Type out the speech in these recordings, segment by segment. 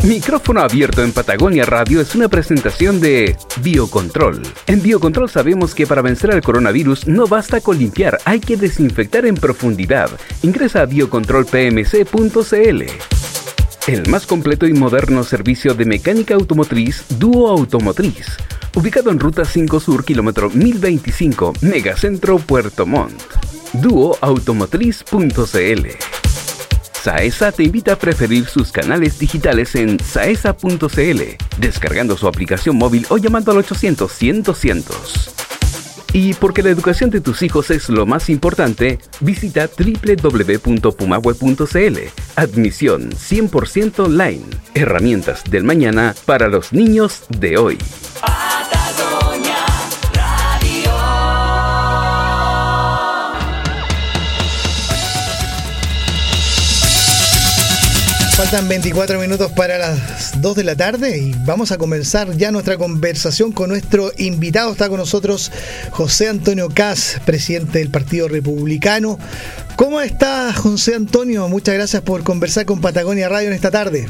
Micrófono Abierto en Patagonia Radio es una presentación de Biocontrol. En Biocontrol sabemos que para vencer al coronavirus no basta con limpiar, hay que desinfectar en profundidad. Ingresa a biocontrolpmc.cl. El más completo y moderno servicio de mecánica automotriz, Dúo Automotriz. Ubicado en Ruta 5 Sur, kilómetro 1025, Megacentro Puerto Montt. Duoautomotriz.cl. Saesa te invita a preferir sus canales digitales en saesa.cl, descargando su aplicación móvil o llamando al 800-100-200. Y porque la educación de tus hijos es lo más importante, visita www.pumahue.cl. Admisión 100% online. Herramientas del mañana para los niños de hoy. Faltan 24 minutos para las 2 de la tarde y vamos a comenzar ya nuestra conversación con nuestro invitado. Está con nosotros José Antonio Kast, presidente del Partido Republicano. ¿Cómo está, José Antonio? Muchas gracias por conversar con Patagonia Radio en esta tarde.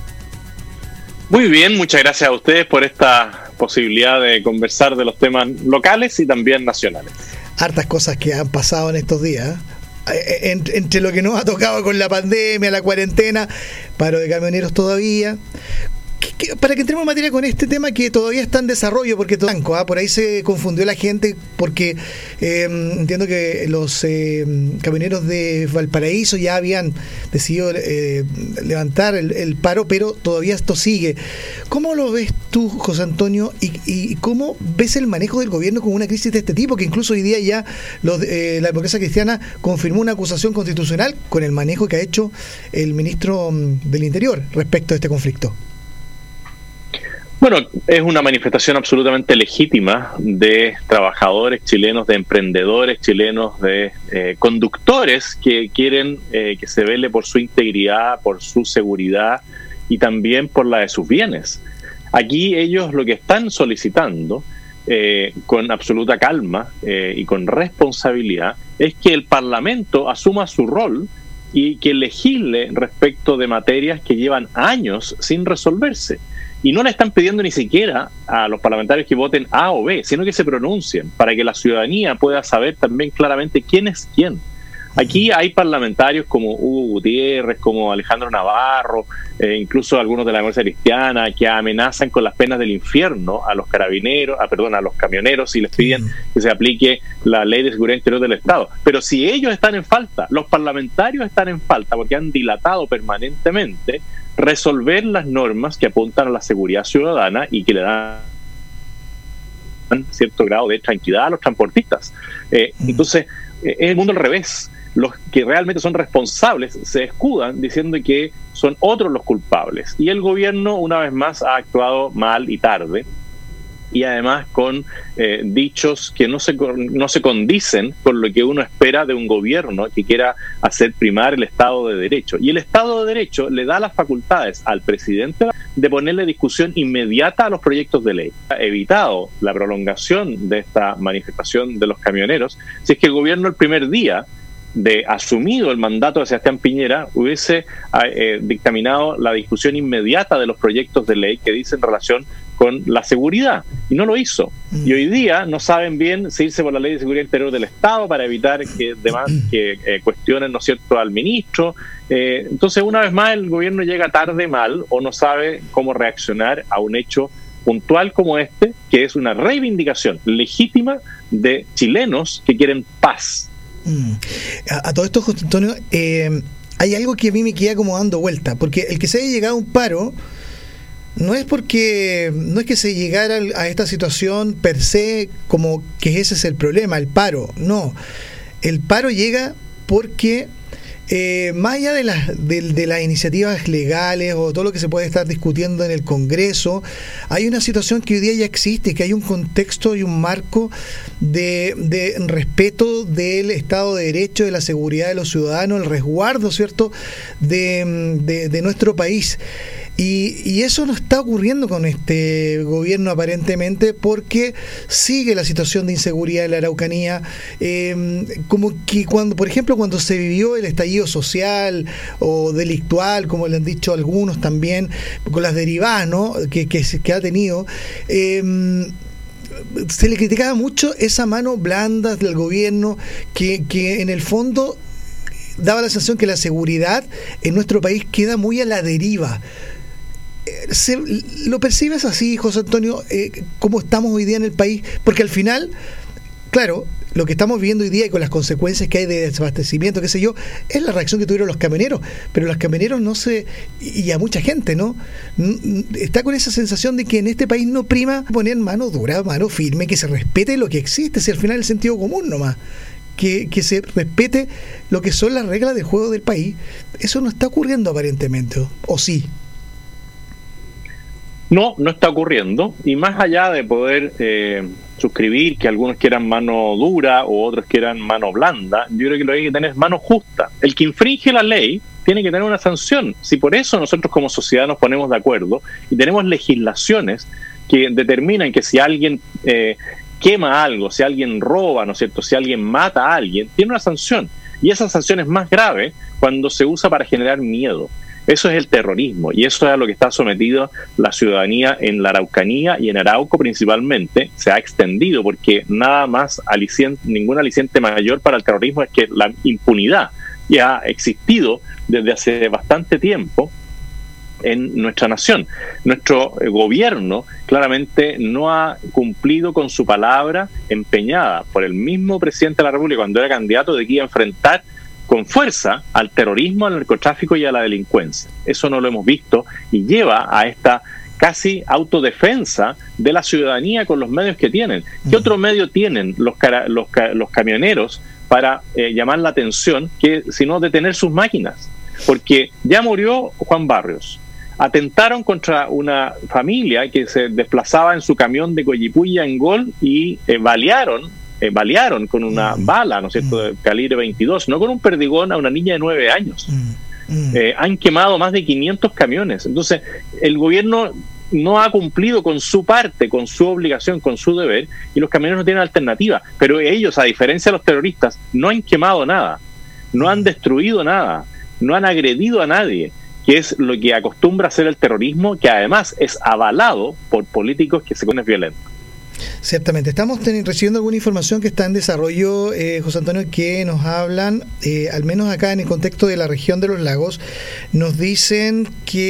Muy bien, muchas gracias a ustedes por esta posibilidad de conversar de los temas locales y también nacionales. Hartas cosas que han pasado en estos días, entre lo que nos ha tocado con la pandemia, la cuarentena, paro de camioneros todavía. Para que entremos en materia con este tema que todavía está en desarrollo, porque por ahí se confundió la gente, porque entiendo que los camioneros de Valparaíso ya habían decidido levantar el paro, pero todavía esto sigue. ¿Cómo lo ves tú, José Antonio, y cómo ves el manejo del gobierno con una crisis de este tipo, que incluso hoy día ya la Democracia Cristiana confirmó una acusación constitucional con el manejo que ha hecho el ministro del Interior respecto a este conflicto? Bueno, es una manifestación absolutamente legítima de trabajadores chilenos, de emprendedores chilenos, de conductores que quieren que se vele por su integridad, por su seguridad y también por la de sus bienes. Aquí ellos lo que están solicitando, con absoluta calma y con responsabilidad, es que el Parlamento asuma su rol y que legisle respecto de materias que llevan años sin resolverse. Y no le están pidiendo ni siquiera a los parlamentarios que voten A o B, sino que se pronuncien para que la ciudadanía pueda saber también claramente quién es quién. Aquí hay parlamentarios como Hugo Gutiérrez, como Alejandro Navarro, incluso algunos de la Democracia Cristiana, que amenazan con las penas del infierno a los carabineros, a los camioneros, y les piden que se aplique la Ley de Seguridad Interior del Estado. Pero si ellos están en falta, los parlamentarios están en falta porque han dilatado permanentemente resolver las normas que apuntan a la seguridad ciudadana y que le dan cierto grado de tranquilidad a los transportistas. Entonces, es el mundo al revés. Los que realmente son responsables se escudan diciendo que son otros los culpables. Y el gobierno, una vez más, ha actuado mal y tarde. Y además con dichos que no se condicen con lo que uno espera de un gobierno que quiera hacer primar el Estado de Derecho. Y el Estado de Derecho le da las facultades al presidente de ponerle discusión inmediata a los proyectos de ley. Ha evitado la prolongación de esta manifestación de los camioneros si es que el gobierno el primer día de asumido el mandato de Sebastián Piñera hubiese dictaminado la discusión inmediata de los proyectos de ley que dicen relación con la seguridad, y no lo hizo. Y hoy día no saben bien si irse por la Ley de Seguridad Interior del Estado para evitar que cuestionen, ¿no es cierto?, al ministro. Entonces, una vez más, el gobierno llega tarde, mal, o no sabe cómo reaccionar a un hecho puntual como este, que es una reivindicación legítima de chilenos que quieren paz. A todo esto, José Antonio, hay algo que a mí me queda como dando vuelta, porque el que se haya llegado a un paro no es que se llegara a esta situación per se como que ese es el problema, el paro. No, el paro llega porque más allá de las iniciativas legales o todo lo que se puede estar discutiendo en el Congreso, hay una situación que hoy día ya existe, que hay un contexto y un marco de respeto del Estado de Derecho, de la seguridad de los ciudadanos, el resguardo, ¿cierto?, de nuestro país. Y eso no está ocurriendo con este gobierno aparentemente, porque sigue la situación de inseguridad en la Araucanía, como que cuando, por ejemplo, cuando se vivió el estallido social o delictual, como le han dicho algunos también, con las derivadas, ¿no?, que ha tenido, se le criticaba mucho esa mano blanda del gobierno que en el fondo daba la sensación que la seguridad en nuestro país queda muy a la deriva. ¿Lo percibes así, José Antonio, cómo estamos hoy día en el país? Porque al final, claro, lo que estamos viviendo hoy día y con las consecuencias que hay de desabastecimiento, qué sé yo, es la reacción que tuvieron los camioneros, pero los camioneros y a mucha gente, ¿no? Está con esa sensación de que en este país no prima poner mano dura, mano firme, que se respete lo que existe, si al final el sentido común nomás, que se respete lo que son las reglas de juego del país. Eso no está ocurriendo aparentemente, ¿o sí? No está ocurriendo, y más allá de poder suscribir que algunos quieran mano dura o otros quieran mano blanda, yo creo que lo que hay que tener es mano justa. El que infringe la ley tiene que tener una sanción. Si por eso nosotros como sociedad nos ponemos de acuerdo y tenemos legislaciones que determinan que si alguien quema algo, si alguien roba, ¿no es cierto?, si alguien mata a alguien, tiene una sanción, y esa sanción es más grave cuando se usa para generar miedo. Eso es el terrorismo, y eso es a lo que está sometido la ciudadanía en la Araucanía y en Arauco principalmente. Se ha extendido porque nada más ningún aliciente mayor para el terrorismo es que la impunidad ya ha existido desde hace bastante tiempo en nuestra nación. Nuestro gobierno claramente no ha cumplido con su palabra empeñada por el mismo presidente de la República cuando era candidato de que iba a enfrentar con fuerza al terrorismo, al narcotráfico y a la delincuencia. Eso no lo hemos visto y lleva a esta casi autodefensa de la ciudadanía con los medios que tienen. ¿Qué otro medio tienen los camioneros para llamar la atención que sino detener sus máquinas? Porque ya murió Juan Barrios. Atentaron contra una familia que se desplazaba en su camión de Coyipulli a Engol y balearon con una bala, ¿no es cierto?, de calibre 22, no con un perdigón, a una niña de 9 años. Han quemado más de 500 camiones. Entonces, el gobierno no ha cumplido con su parte, con su obligación, con su deber, y los camioneros no tienen alternativa. Pero ellos, a diferencia de los terroristas, no han quemado nada, no han destruido nada, no han agredido a nadie, que es lo que acostumbra hacer el terrorismo, que además es avalado por políticos que se ponen violentos. Ciertamente. Estamos recibiendo alguna información que está en desarrollo, José Antonio, que nos hablan, al menos acá en el contexto de la región de los lagos, nos dicen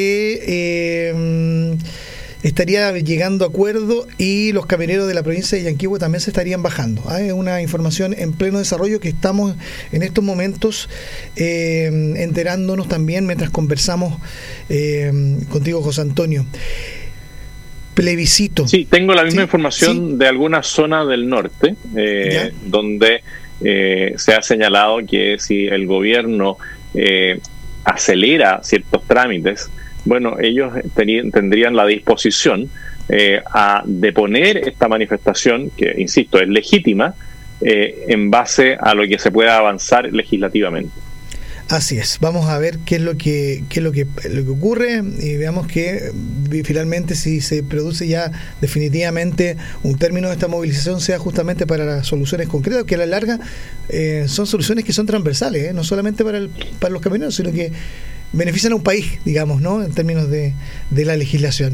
que estaría llegando a acuerdo y los camioneros de la provincia de Yanquihue también se estarían bajando. Es una información en pleno desarrollo que estamos en estos momentos enterándonos también mientras conversamos contigo, José Antonio. Plebiscito. Sí, tengo la misma información de algunas zonas del norte, donde se ha señalado que si el gobierno acelera ciertos trámites, bueno, ellos tendrían la disposición a deponer esta manifestación, que, insisto, es legítima, en base a lo que se pueda avanzar legislativamente. Así es. Vamos a ver qué es lo que ocurre y veamos que finalmente si se produce ya definitivamente un término de esta movilización sea justamente para las soluciones concretas, que a la larga son soluciones que son transversales, no solamente para los camioneros, sino que benefician a un país, digamos, ¿no?, en términos de la legislación.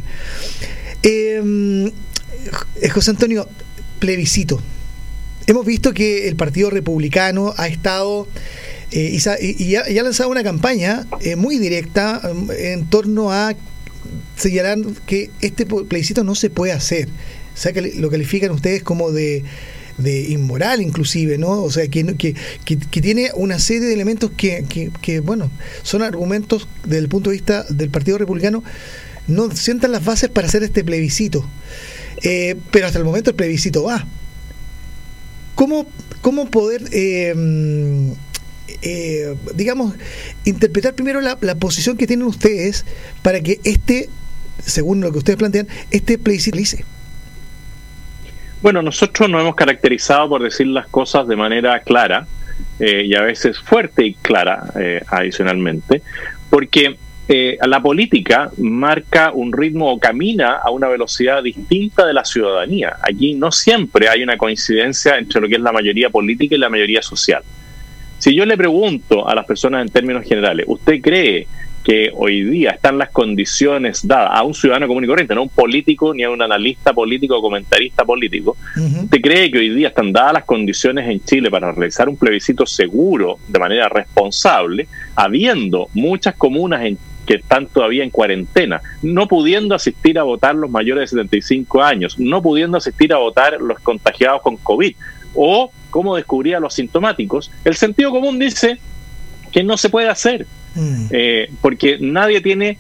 José Antonio, plebiscito. Hemos visto que el Partido Republicano ha estado y ha lanzado una campaña muy directa en torno a señalar que este plebiscito no se puede hacer. O sea, que lo califican ustedes como de inmoral inclusive, ¿no? O sea, que tiene una serie de elementos que bueno, son argumentos desde el punto de vista del Partido Republicano, no sientan las bases para hacer este plebiscito. Pero hasta el momento el plebiscito va. ¿Cómo poder digamos, interpretar primero la posición que tienen ustedes para que según lo que ustedes plantean, este plebiscito lice? Bueno, nosotros nos hemos caracterizado por decir las cosas de manera clara y a veces fuerte y clara adicionalmente, porque la política marca un ritmo o camina a una velocidad distinta de la ciudadanía. Aquí no siempre hay una coincidencia entre lo que es la mayoría política y la mayoría social. Si yo le pregunto a las personas en términos generales, ¿usted cree que hoy día están las condiciones dadas a un ciudadano común y corriente, no a un político ni a un analista político o comentarista político? ¿Usted cree que hoy día están dadas las condiciones en Chile para realizar un plebiscito seguro, de manera responsable, habiendo muchas comunas que están todavía en cuarentena, no pudiendo asistir a votar los mayores de 75 años, no pudiendo asistir a votar los contagiados con COVID, o como descubría los sintomáticos? El sentido común dice que no se puede hacer. Porque nadie tiene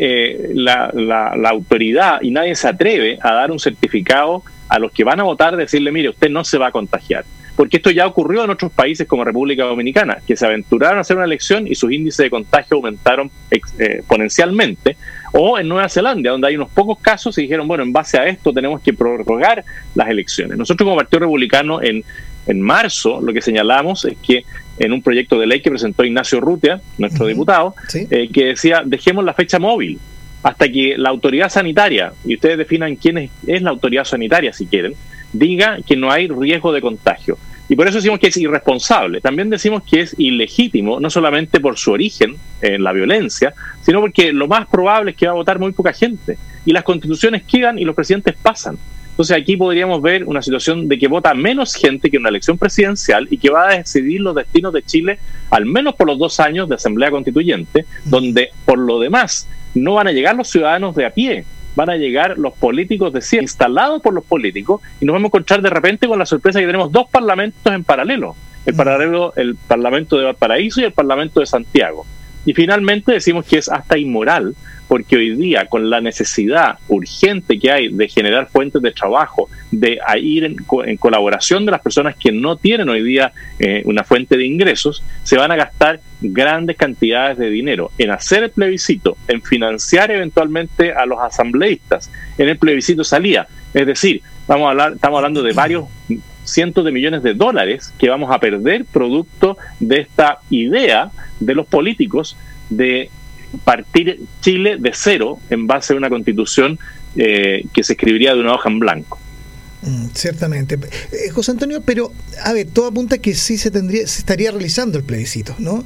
la autoridad y nadie se atreve a dar un certificado a los que van a votar, decirle, mire, usted no se va a contagiar. Porque esto ya ocurrió en otros países como República Dominicana, que se aventuraron a hacer una elección y sus índices de contagio aumentaron exponencialmente, o en Nueva Zelanda, donde hay unos pocos casos y dijeron, bueno, en base a esto tenemos que prorrogar las elecciones. Nosotros como Partido Republicano en marzo lo que señalamos es que en un proyecto de ley que presentó Ignacio Urrutia, nuestro diputado, ¿sí? Que decía, dejemos la fecha móvil hasta que la autoridad sanitaria, y ustedes definan quién es la autoridad sanitaria si quieren, diga que no hay riesgo de contagio. Y por eso decimos que es irresponsable. También decimos que es ilegítimo, no solamente por su origen en la violencia, sino porque lo más probable es que va a votar muy poca gente. Y las constituciones quedan y los presidentes pasan. Entonces aquí podríamos ver una situación de que vota menos gente que en una elección presidencial y que va a decidir los destinos de Chile, al menos por los 2 años de Asamblea Constituyente, donde por lo demás no van a llegar los ciudadanos de a pie, van a llegar los políticos de siempre, instalados por los políticos, y nos vamos a encontrar de repente con la sorpresa que tenemos 2 parlamentos en paralelo, el Parlamento de Valparaíso y el Parlamento de Santiago. Y finalmente decimos que es hasta inmoral, porque hoy día, con la necesidad urgente que hay de generar fuentes de trabajo, de ir en colaboración de las personas que no tienen hoy día una fuente de ingresos, se van a gastar grandes cantidades de dinero en hacer el plebiscito, en financiar eventualmente a los asambleístas, en el plebiscito salida. Es decir, estamos hablando de varios cientos de millones de dólares que vamos a perder producto de esta idea de los políticos de partir Chile de cero en base a una constitución que se escribiría de una hoja en blanco. Ciertamente. José Antonio, pero a ver, todo apunta a que sí se estaría realizando el plebiscito, ¿no?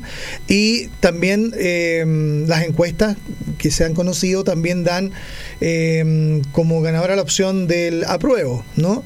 Y también las encuestas que se han conocido también dan como ganadora la opción del apruebo, ¿no?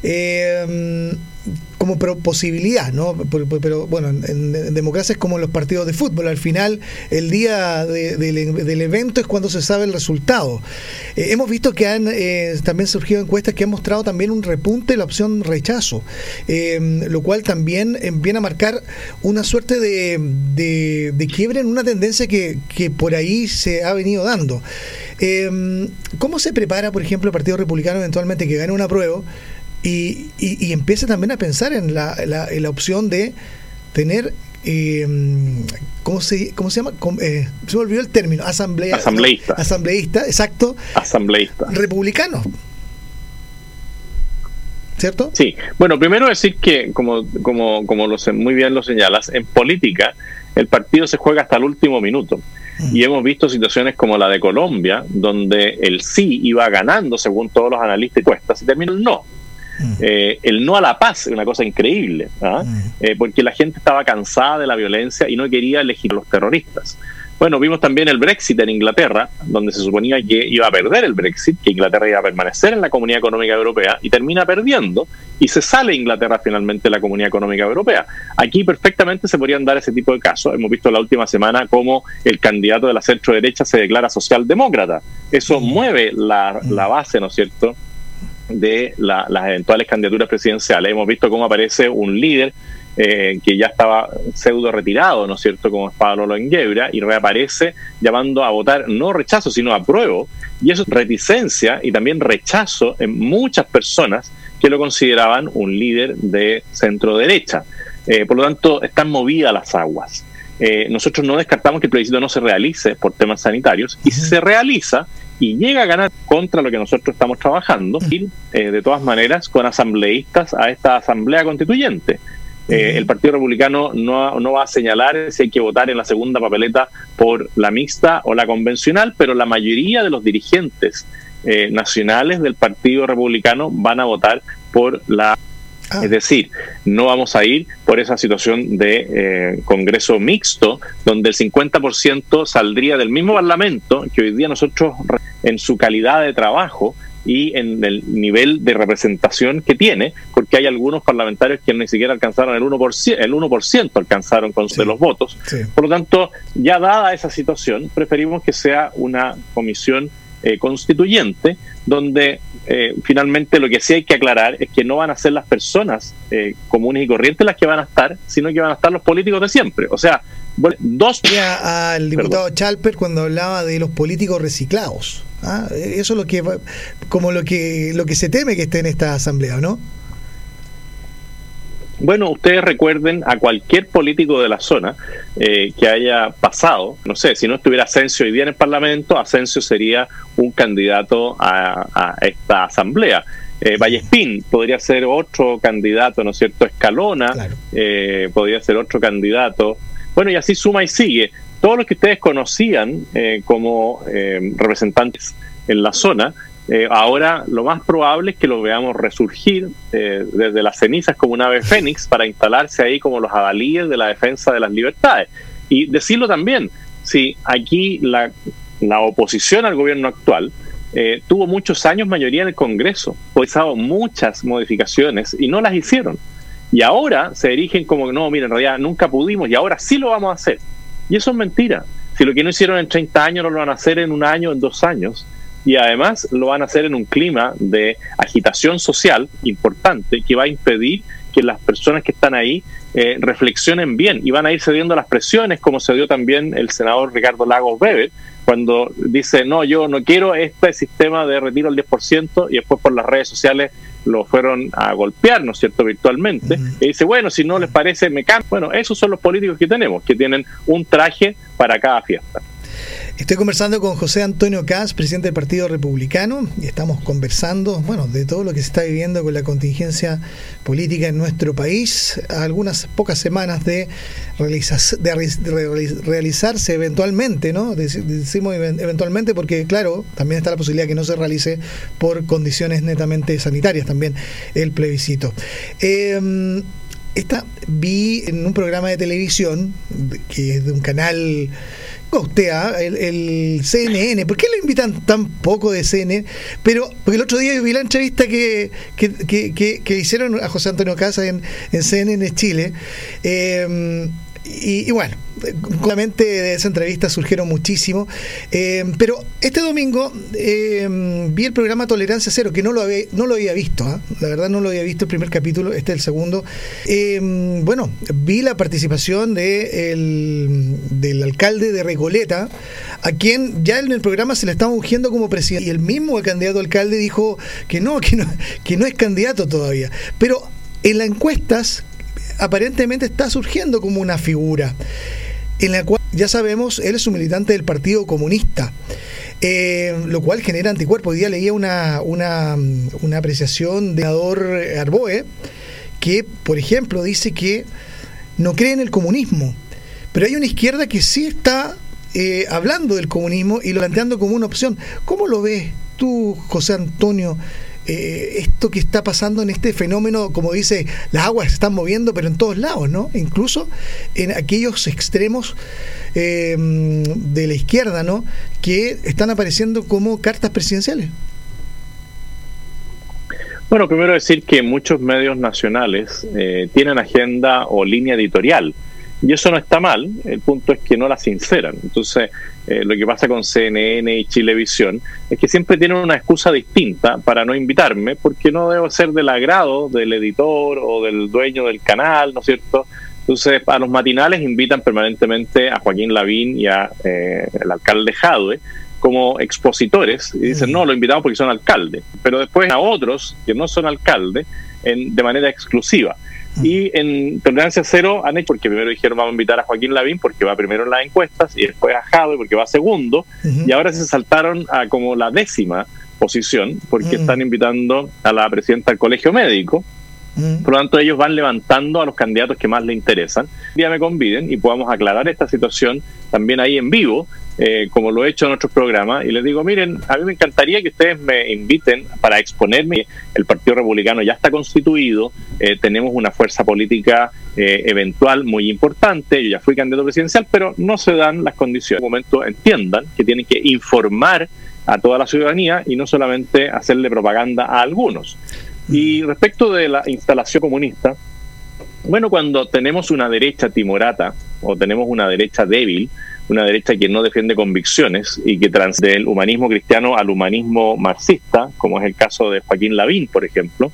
Como posibilidad, ¿no? Pero bueno, en democracia es como en los partidos de fútbol, al final el día del evento es cuando se sabe el resultado. Hemos visto que han también surgido encuestas que han mostrado también un repunte de la opción rechazo, lo cual también viene a marcar una suerte de quiebre en una tendencia que por ahí se ha venido dando. ¿Cómo se prepara, por ejemplo, el Partido Republicano eventualmente que gane un apruebo y empiece también a pensar en la opción de tener ¿cómo se llama? Se me olvidó el término, asambleísta, exacto, asambleísta republicano, ¿cierto? Sí, bueno, primero decir que como muy bien lo señalas, en política el partido se juega hasta el último minuto. Y hemos visto situaciones como la de Colombia, donde el sí iba ganando según todos los analistas y encuestas, y terminó el no. El no a la paz es una cosa increíble, porque la gente estaba cansada de la violencia y no quería elegir a los terroristas. Bueno, vimos también el Brexit en Inglaterra, donde se suponía que iba a perder el Brexit, que Inglaterra iba a permanecer en la Comunidad Económica Europea, y termina perdiendo, y se sale Inglaterra finalmente de la Comunidad Económica Europea. Aquí perfectamente se podrían dar ese tipo de casos. Hemos visto la última semana cómo el candidato de la centro-derecha se declara socialdemócrata. Eso mueve la base, ¿no es cierto?, de las eventuales candidaturas presidenciales. Hemos visto cómo aparece un líder que ya estaba pseudo retirado, ¿no es cierto?, como es Pablo Longueira, y reaparece llamando a votar no rechazo, sino apruebo, y eso es reticencia y también rechazo en muchas personas que lo consideraban un líder de centro derecha. Por lo tanto, están movidas las aguas. Nosotros no descartamos que el plebiscito no se realice por temas sanitarios, y si se realiza y llega a ganar contra lo que nosotros estamos trabajando, ir de todas maneras con asambleístas a esta asamblea constituyente. El Partido Republicano no va a señalar si hay que votar en la segunda papeleta por la mixta o la convencional, pero la mayoría de los dirigentes nacionales del Partido Republicano van a votar por la... Es decir, no vamos a ir por esa situación de Congreso mixto, donde el 50% saldría del mismo Parlamento que hoy día nosotros, en su calidad de trabajo y en el nivel de representación que tiene, porque hay algunos parlamentarios que ni siquiera alcanzaron el 1% alcanzaron de los votos. Sí. Por lo tanto, ya dada esa situación, preferimos que sea una comisión constituyente, donde finalmente lo que sí hay que aclarar es que no van a ser las personas comunes y corrientes las que van a estar, sino que van a estar los políticos de siempre. O sea, al diputado Chalper cuando hablaba de los políticos reciclados. Eso es lo que se teme que esté en esta asamblea, ¿no? Bueno, ustedes recuerden a cualquier político de la zona que haya pasado, no sé, si no estuviera Asensio hoy día en el Parlamento, Asensio sería un candidato a esta asamblea. Vallespín podría ser otro candidato, ¿no es cierto? Escalona, claro. Podría ser otro candidato. Bueno, y así suma y sigue. Todos los que ustedes conocían como representantes en la zona, ahora lo más probable es que lo veamos resurgir desde las cenizas como un ave fénix para instalarse ahí como los adalíes de la defensa de las libertades. Y decirlo también, si aquí la oposición al gobierno actual tuvo muchos años mayoría en el Congreso, hizo muchas modificaciones y no las hicieron. Y ahora se erigen como, no, mira, en realidad nunca pudimos y ahora sí lo vamos a hacer. Y eso es mentira. Si lo que no hicieron en 30 años no lo van a hacer en un año, en 2 años. Y además lo van a hacer en un clima de agitación social importante que va a impedir que las personas que están ahí reflexionen bien y van a ir cediendo a las presiones, como cedió también el senador Ricardo Lagos Weber, cuando dice, no, yo no quiero este sistema de retiro al 10%, y después por las redes sociales lo fueron a golpear, ¿no es cierto?, virtualmente, y dice, bueno, si no les parece, me cambio. Bueno, esos son los políticos que tenemos, que tienen un traje para cada fiesta. Estoy conversando con José Antonio Kast, presidente del Partido Republicano, y estamos conversando, de todo lo que se está viviendo con la contingencia política en nuestro país, a algunas pocas semanas de realizarse eventualmente, ¿no? Decimos eventualmente porque, claro, también está la posibilidad que no se realice por condiciones netamente sanitarias también el plebiscito. Vi en un programa de televisión, que es de un canal costea, el CNN. ¿Por qué lo invitan tan poco de CNN? Pero porque el otro día vi la entrevista que hicieron a José Antonio Kast en CNN Chile. Y bueno, claramente de esa entrevista surgieron muchísimo, pero este domingo vi el programa Tolerancia Cero, que no lo había visto, la verdad no lo había visto el primer capítulo, este es el segundo. Vi la participación del alcalde de Recoleta, a quien ya en el programa se le estaba ungiendo como presidente, y el mismo candidato alcalde dijo que no es candidato todavía, pero en las encuestas aparentemente está surgiendo como una figura en la cual, ya sabemos, él es un militante del Partido Comunista, lo cual genera anticuerpos. Hoy día leía una apreciación de senador Arboe, que, por ejemplo, dice que no cree en el comunismo, pero hay una izquierda que sí está hablando del comunismo y lo planteando como una opción. ¿Cómo lo ves tú, José Antonio, esto que está pasando en este fenómeno? Como dice, las aguas se están moviendo, pero en todos lados, ¿no? Incluso en aquellos extremos de la izquierda, ¿no?, que están apareciendo como cartas presidenciales. Bueno, primero decir que muchos medios nacionales tienen agenda o línea editorial, y eso no está mal. El punto es que no la sinceran. Entonces, lo que pasa con CNN y Chilevisión es que siempre tienen una excusa distinta para no invitarme, porque no debo ser del agrado del editor o del dueño del canal, ¿no es cierto? Entonces, a los matinales invitan permanentemente a Joaquín Lavín y a el alcalde Jadwe como expositores, y dicen, no, lo invitamos porque son alcaldes, pero después a otros que no son alcaldes de manera exclusiva. Y en Tolerancia Cero han hecho, porque primero dijeron vamos a invitar a Joaquín Lavín porque va primero en las encuestas, y después a Jadwe porque va segundo, y ahora se saltaron a como la 10ª posición porque están invitando a la presidenta del Colegio Médico, Por lo tanto, ellos van levantando a los candidatos que más les interesan. Un día me conviden y podamos aclarar esta situación también ahí en vivo, como lo he hecho en otros programas, y les digo, miren, a mí me encantaría que ustedes me inviten para exponerme. El Partido Republicano ya está constituido, tenemos una fuerza política eventual muy importante, yo ya fui candidato presidencial, pero no se dan las condiciones. En un momento entiendan que tienen que informar a toda la ciudadanía y no solamente hacerle propaganda a algunos. Y respecto de la instalación comunista, bueno, cuando tenemos una derecha timorata o tenemos una derecha débil, una derecha que no defiende convicciones y que transde el humanismo cristiano al humanismo marxista, como es el caso de Joaquín Lavín, por ejemplo,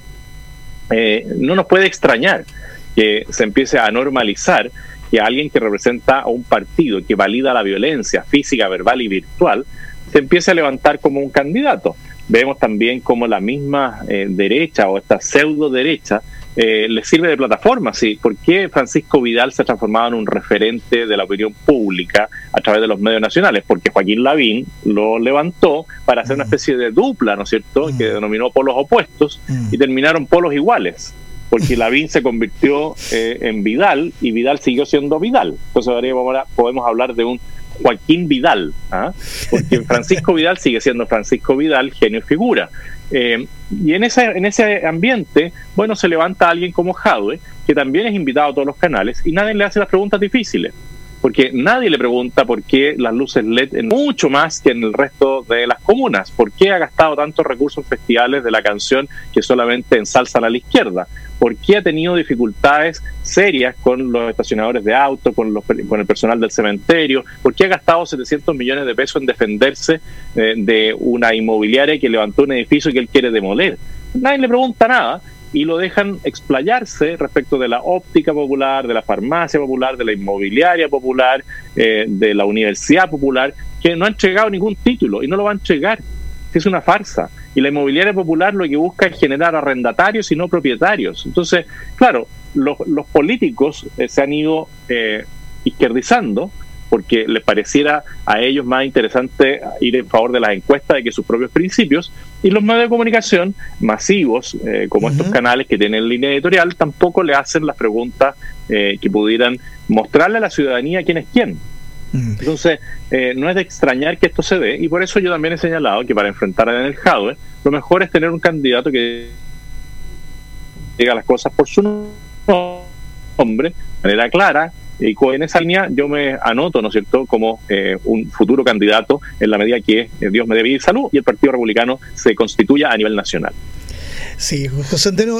no nos puede extrañar que se empiece a normalizar que alguien que representa a un partido que valida la violencia física, verbal y virtual, se empiece a levantar como un candidato. Vemos también como la misma derecha o esta pseudo derecha le sirve de plataforma. ¿Sí? ¿Por qué Francisco Vidal se ha transformado en un referente de la opinión pública a través de los medios nacionales? Porque Joaquín Lavín lo levantó para hacer una especie de dupla, ¿no es cierto?, que denominó polos opuestos, y terminaron polos iguales, porque Lavín se convirtió en Vidal y Vidal siguió siendo Vidal. Entonces ahora podemos hablar de un Joaquín Vidal, porque Francisco Vidal sigue siendo Francisco Vidal, genio y figura. Y en ese ambiente, bueno, se levanta alguien como Jadwe, que también es invitado a todos los canales, y nadie le hace las preguntas difíciles, porque nadie le pregunta por qué las luces LED en mucho más que en el resto de las comunas, por qué ha gastado tantos recursos en festivales de la canción que solamente ensalzan a la izquierda, por qué ha tenido dificultades serias con los estacionadores de autos, con el personal del cementerio, por qué ha gastado 700 millones de pesos en defenderse de una inmobiliaria que levantó un edificio que él quiere demoler. Nadie le pregunta nada y lo dejan explayarse respecto de la óptica popular, de la farmacia popular, de la inmobiliaria popular, de la universidad popular, que no han entregado ningún título y no lo van a entregar. Es una farsa. Y la inmobiliaria popular lo que busca es generar arrendatarios y no propietarios. Entonces, claro, los políticos se han ido izquierdizando porque les pareciera a ellos más interesante ir en favor de las encuestas de que sus propios principios, y los medios de comunicación masivos, como estos canales que tienen línea editorial, tampoco le hacen las preguntas que pudieran mostrarle a la ciudadanía quién es quién. Entonces, no es de extrañar que esto se dé, y por eso yo también he señalado que para enfrentar a Daniel Jadwe, lo mejor es tener un candidato que diga las cosas por su nombre, de manera clara, y en esa línea yo me anoto, ¿no es cierto?, como un futuro candidato en la medida que Dios me dé vida y salud y el Partido Republicano se constituya a nivel nacional. Sí, José Antonio,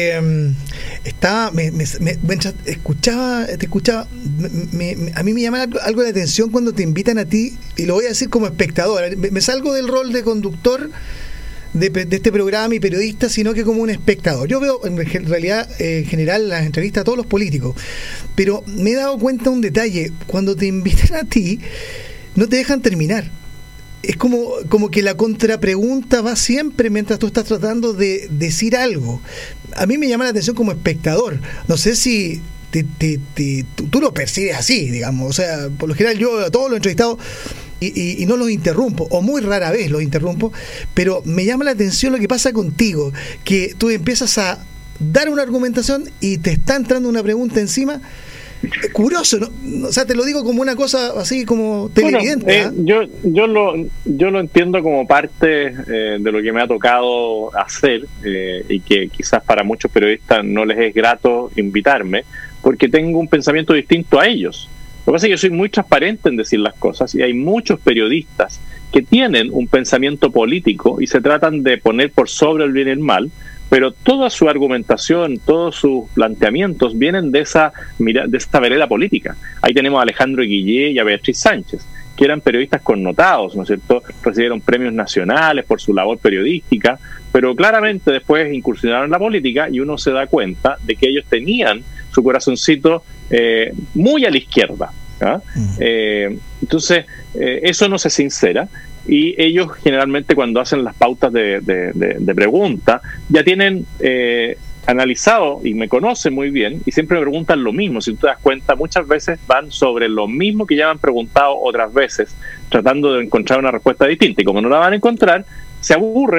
mientras te escuchaba, a mí me llama algo la atención cuando te invitan a ti, y lo voy a decir como espectador, me salgo del rol de conductor de este programa y periodista, sino que como un espectador. Yo veo en realidad en general las entrevistas a todos los políticos, pero me he dado cuenta de un detalle: cuando te invitan a ti no te dejan terminar. Es como que la contrapregunta va siempre mientras tú estás tratando de decir algo. A mí me llama la atención como espectador. No sé si tú lo percibes así, digamos. O sea, por lo general yo a todos los entrevistados y no los interrumpo, o muy rara vez los interrumpo, pero me llama la atención lo que pasa contigo, que tú empiezas a dar una argumentación y te está entrando una pregunta encima. Curioso, ¿no? O sea, te lo digo como una cosa así como televidente. Bueno, yo lo entiendo como parte de lo que me ha tocado hacer, y que quizás para muchos periodistas no les es grato invitarme, porque tengo un pensamiento distinto a ellos. Lo que pasa es que yo soy muy transparente en decir las cosas, y hay muchos periodistas que tienen un pensamiento político y se tratan de poner por sobre el bien y el mal, pero toda su argumentación, todos sus planteamientos vienen de esa vereda política. Ahí tenemos a Alejandro Guillé y a Beatriz Sánchez, que eran periodistas connotados, ¿no es cierto? Recibieron premios nacionales por su labor periodística, pero claramente después incursionaron en la política y uno se da cuenta de que ellos tenían su corazoncito muy a la izquierda. Entonces, eso no se sincera. Y ellos generalmente cuando hacen las pautas de pregunta ya tienen analizado y me conocen muy bien y siempre me preguntan lo mismo. Si tú te das cuenta, muchas veces van sobre lo mismo que ya me han preguntado otras veces, tratando de encontrar una respuesta distinta, y como no la van a encontrar, se aburren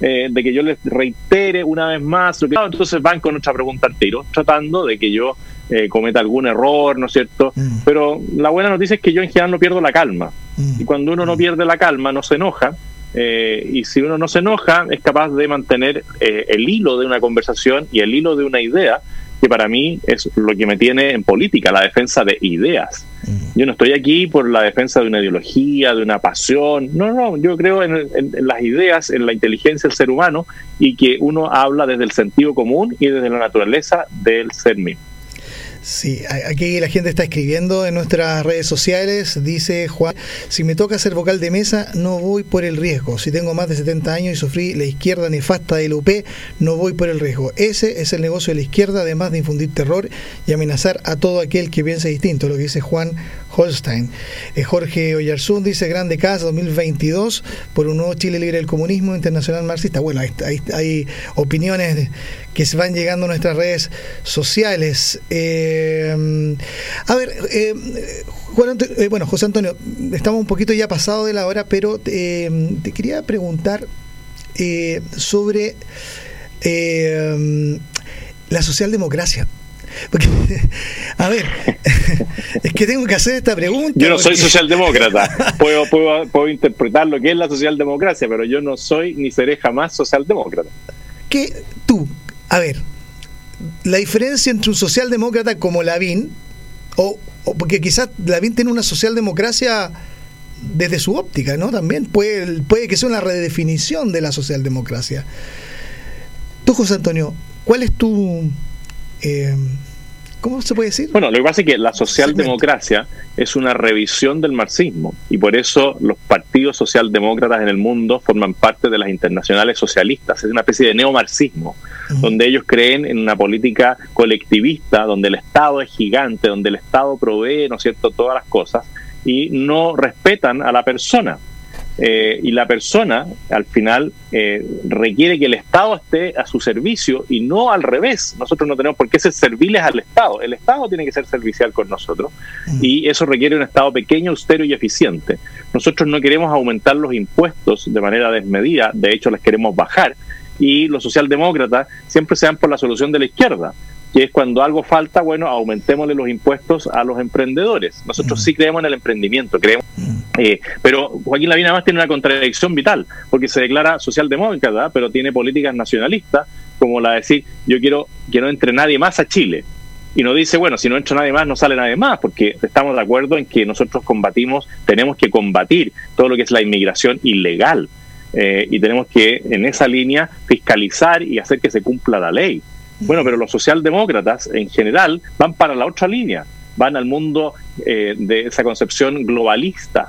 de que yo les reitere una vez más, entonces van con otra pregunta al tiro, tratando de que yo cometa algún error, ¿no es cierto? Pero la buena noticia es que yo en general no pierdo la calma, y cuando uno no pierde la calma, no se enoja, y si uno no se enoja, es capaz de mantener el hilo de una conversación y el hilo de una idea, que para mí es lo que me tiene en política, la defensa de ideas. Yo no estoy aquí por la defensa de una ideología, de una pasión. No, yo creo en las ideas, en la inteligencia del ser humano, y que uno habla desde el sentido común y desde la naturaleza del ser mismo. Sí, aquí la gente está escribiendo en nuestras redes sociales. Dice Juan: si me toca ser vocal de mesa, no voy por el riesgo. Si tengo más de 70 años y sufrí la izquierda nefasta del UP, no voy por el riesgo. Ese es el negocio de la izquierda, además de infundir terror y amenazar a todo aquel que piense distinto. Lo que dice Juan Holstein. Jorge Oyarzún dice: Grande Casa 2022 por un nuevo Chile libre del comunismo internacional marxista. Bueno, hay opiniones que se van llegando a nuestras redes sociales. José Antonio, estamos un poquito ya pasado de la hora, pero te quería preguntar sobre la socialdemocracia. Porque, a ver, es que tengo que hacer esta pregunta. Yo no soy socialdemócrata. Puedo interpretar lo que es la socialdemocracia, pero yo no soy ni seré jamás socialdemócrata. ¿Qué tú? A ver, la diferencia entre un socialdemócrata como Lavín, o porque quizás Lavín tiene una socialdemocracia desde su óptica, ¿no? También puede que sea una redefinición de la socialdemocracia. Tú, José Antonio, ¿cuál es tu... ¿cómo se puede decir? Bueno, lo que pasa es que la socialdemocracia es una revisión del marxismo, y por eso los partidos socialdemócratas en el mundo forman parte de las internacionales socialistas. Es una especie de neomarxismo, donde ellos creen en una política colectivista, donde el Estado es gigante, donde el Estado provee, ¿no es cierto?, todas las cosas, y no respetan a la persona. Y la persona, al final, requiere que el Estado esté a su servicio y no al revés. Nosotros no tenemos por qué ser serviles al Estado. El Estado tiene que ser servicial con nosotros, y eso requiere un Estado pequeño, austero y eficiente. Nosotros no queremos aumentar los impuestos de manera desmedida, de hecho les queremos bajar, y los socialdemócratas siempre se dan por la solución de la izquierda, que es cuando algo falta, bueno, aumentémosle los impuestos a los emprendedores. Nosotros sí creemos en el emprendimiento, pero Joaquín Lavín además tiene una contradicción vital, porque se declara socialdemócrata, pero tiene políticas nacionalistas, como la de decir: yo quiero que no entre nadie más a Chile. Y no dice, bueno, si no entra nadie más, no sale nadie más, porque estamos de acuerdo en que nosotros tenemos que combatir todo lo que es la inmigración ilegal, y tenemos que, en esa línea, fiscalizar y hacer que se cumpla la ley. Bueno, pero los socialdemócratas en general van para la otra línea, van al mundo de esa concepción globalista,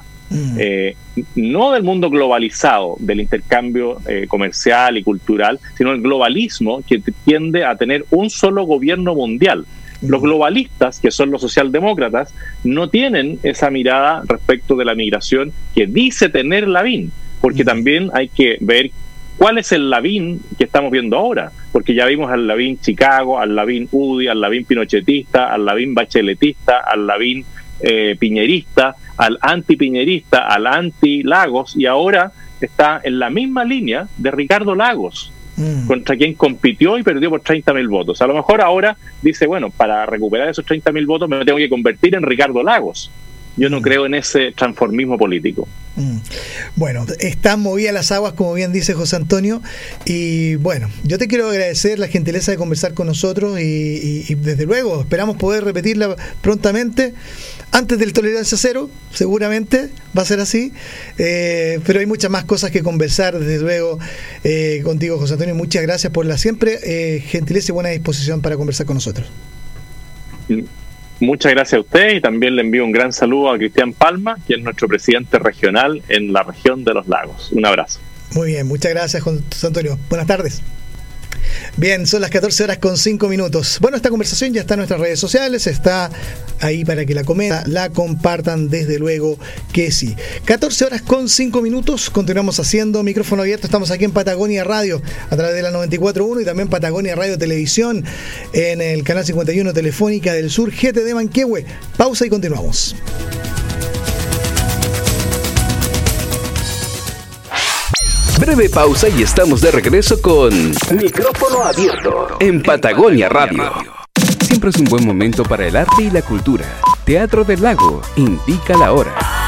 no del mundo globalizado, del intercambio comercial y cultural, sino el globalismo que tiende a tener un solo gobierno mundial. Los globalistas, que son los socialdemócratas, no tienen esa mirada respecto de la migración que dice tener Lavín, porque también hay que ver cuál es el Lavín que estamos viendo ahora, porque ya vimos al Lavín Chicago, al Lavín UDI, al Lavín pinochetista, al Lavín bacheletista, al Lavín piñerista, al anti-piñerista, al anti-Lagos, y ahora está en la misma línea de Ricardo Lagos, contra quien compitió y perdió por 30.000 votos. A lo mejor ahora dice, bueno, para recuperar esos 30.000 votos me tengo que convertir en Ricardo Lagos. Yo no creo en ese transformismo político. Bueno, están movidas las aguas, como bien dice José Antonio, y bueno, yo te quiero agradecer la gentileza de conversar con nosotros, y desde luego esperamos poder repetirla prontamente, antes del Tolerancia Cero, seguramente va a ser así, pero hay muchas más cosas que conversar, desde luego, contigo, José Antonio. Muchas gracias por la siempre gentileza y buena disposición para conversar con nosotros. Muchas gracias a usted, y también le envío un gran saludo a Cristian Palma, quien es nuestro presidente regional en la región de los lagos. Un abrazo. Muy bien, muchas gracias, José Antonio. Buenas tardes. Bien, son las 14:05. Bueno, esta conversación ya está en nuestras redes sociales, está ahí para que la comenten, la compartan, desde luego que sí. 14:05, continuamos haciendo micrófono abierto. Estamos aquí en Patagonia Radio a través de la 94.1 y también Patagonia Radio Televisión en el canal 51 Telefónica del Sur, GTD Manquehue. Pausa y continuamos. Breve pausa y estamos de regreso con Micrófono Abierto en Patagonia Radio. Siempre es un buen momento para el arte y la cultura. Teatro del Lago indica la hora.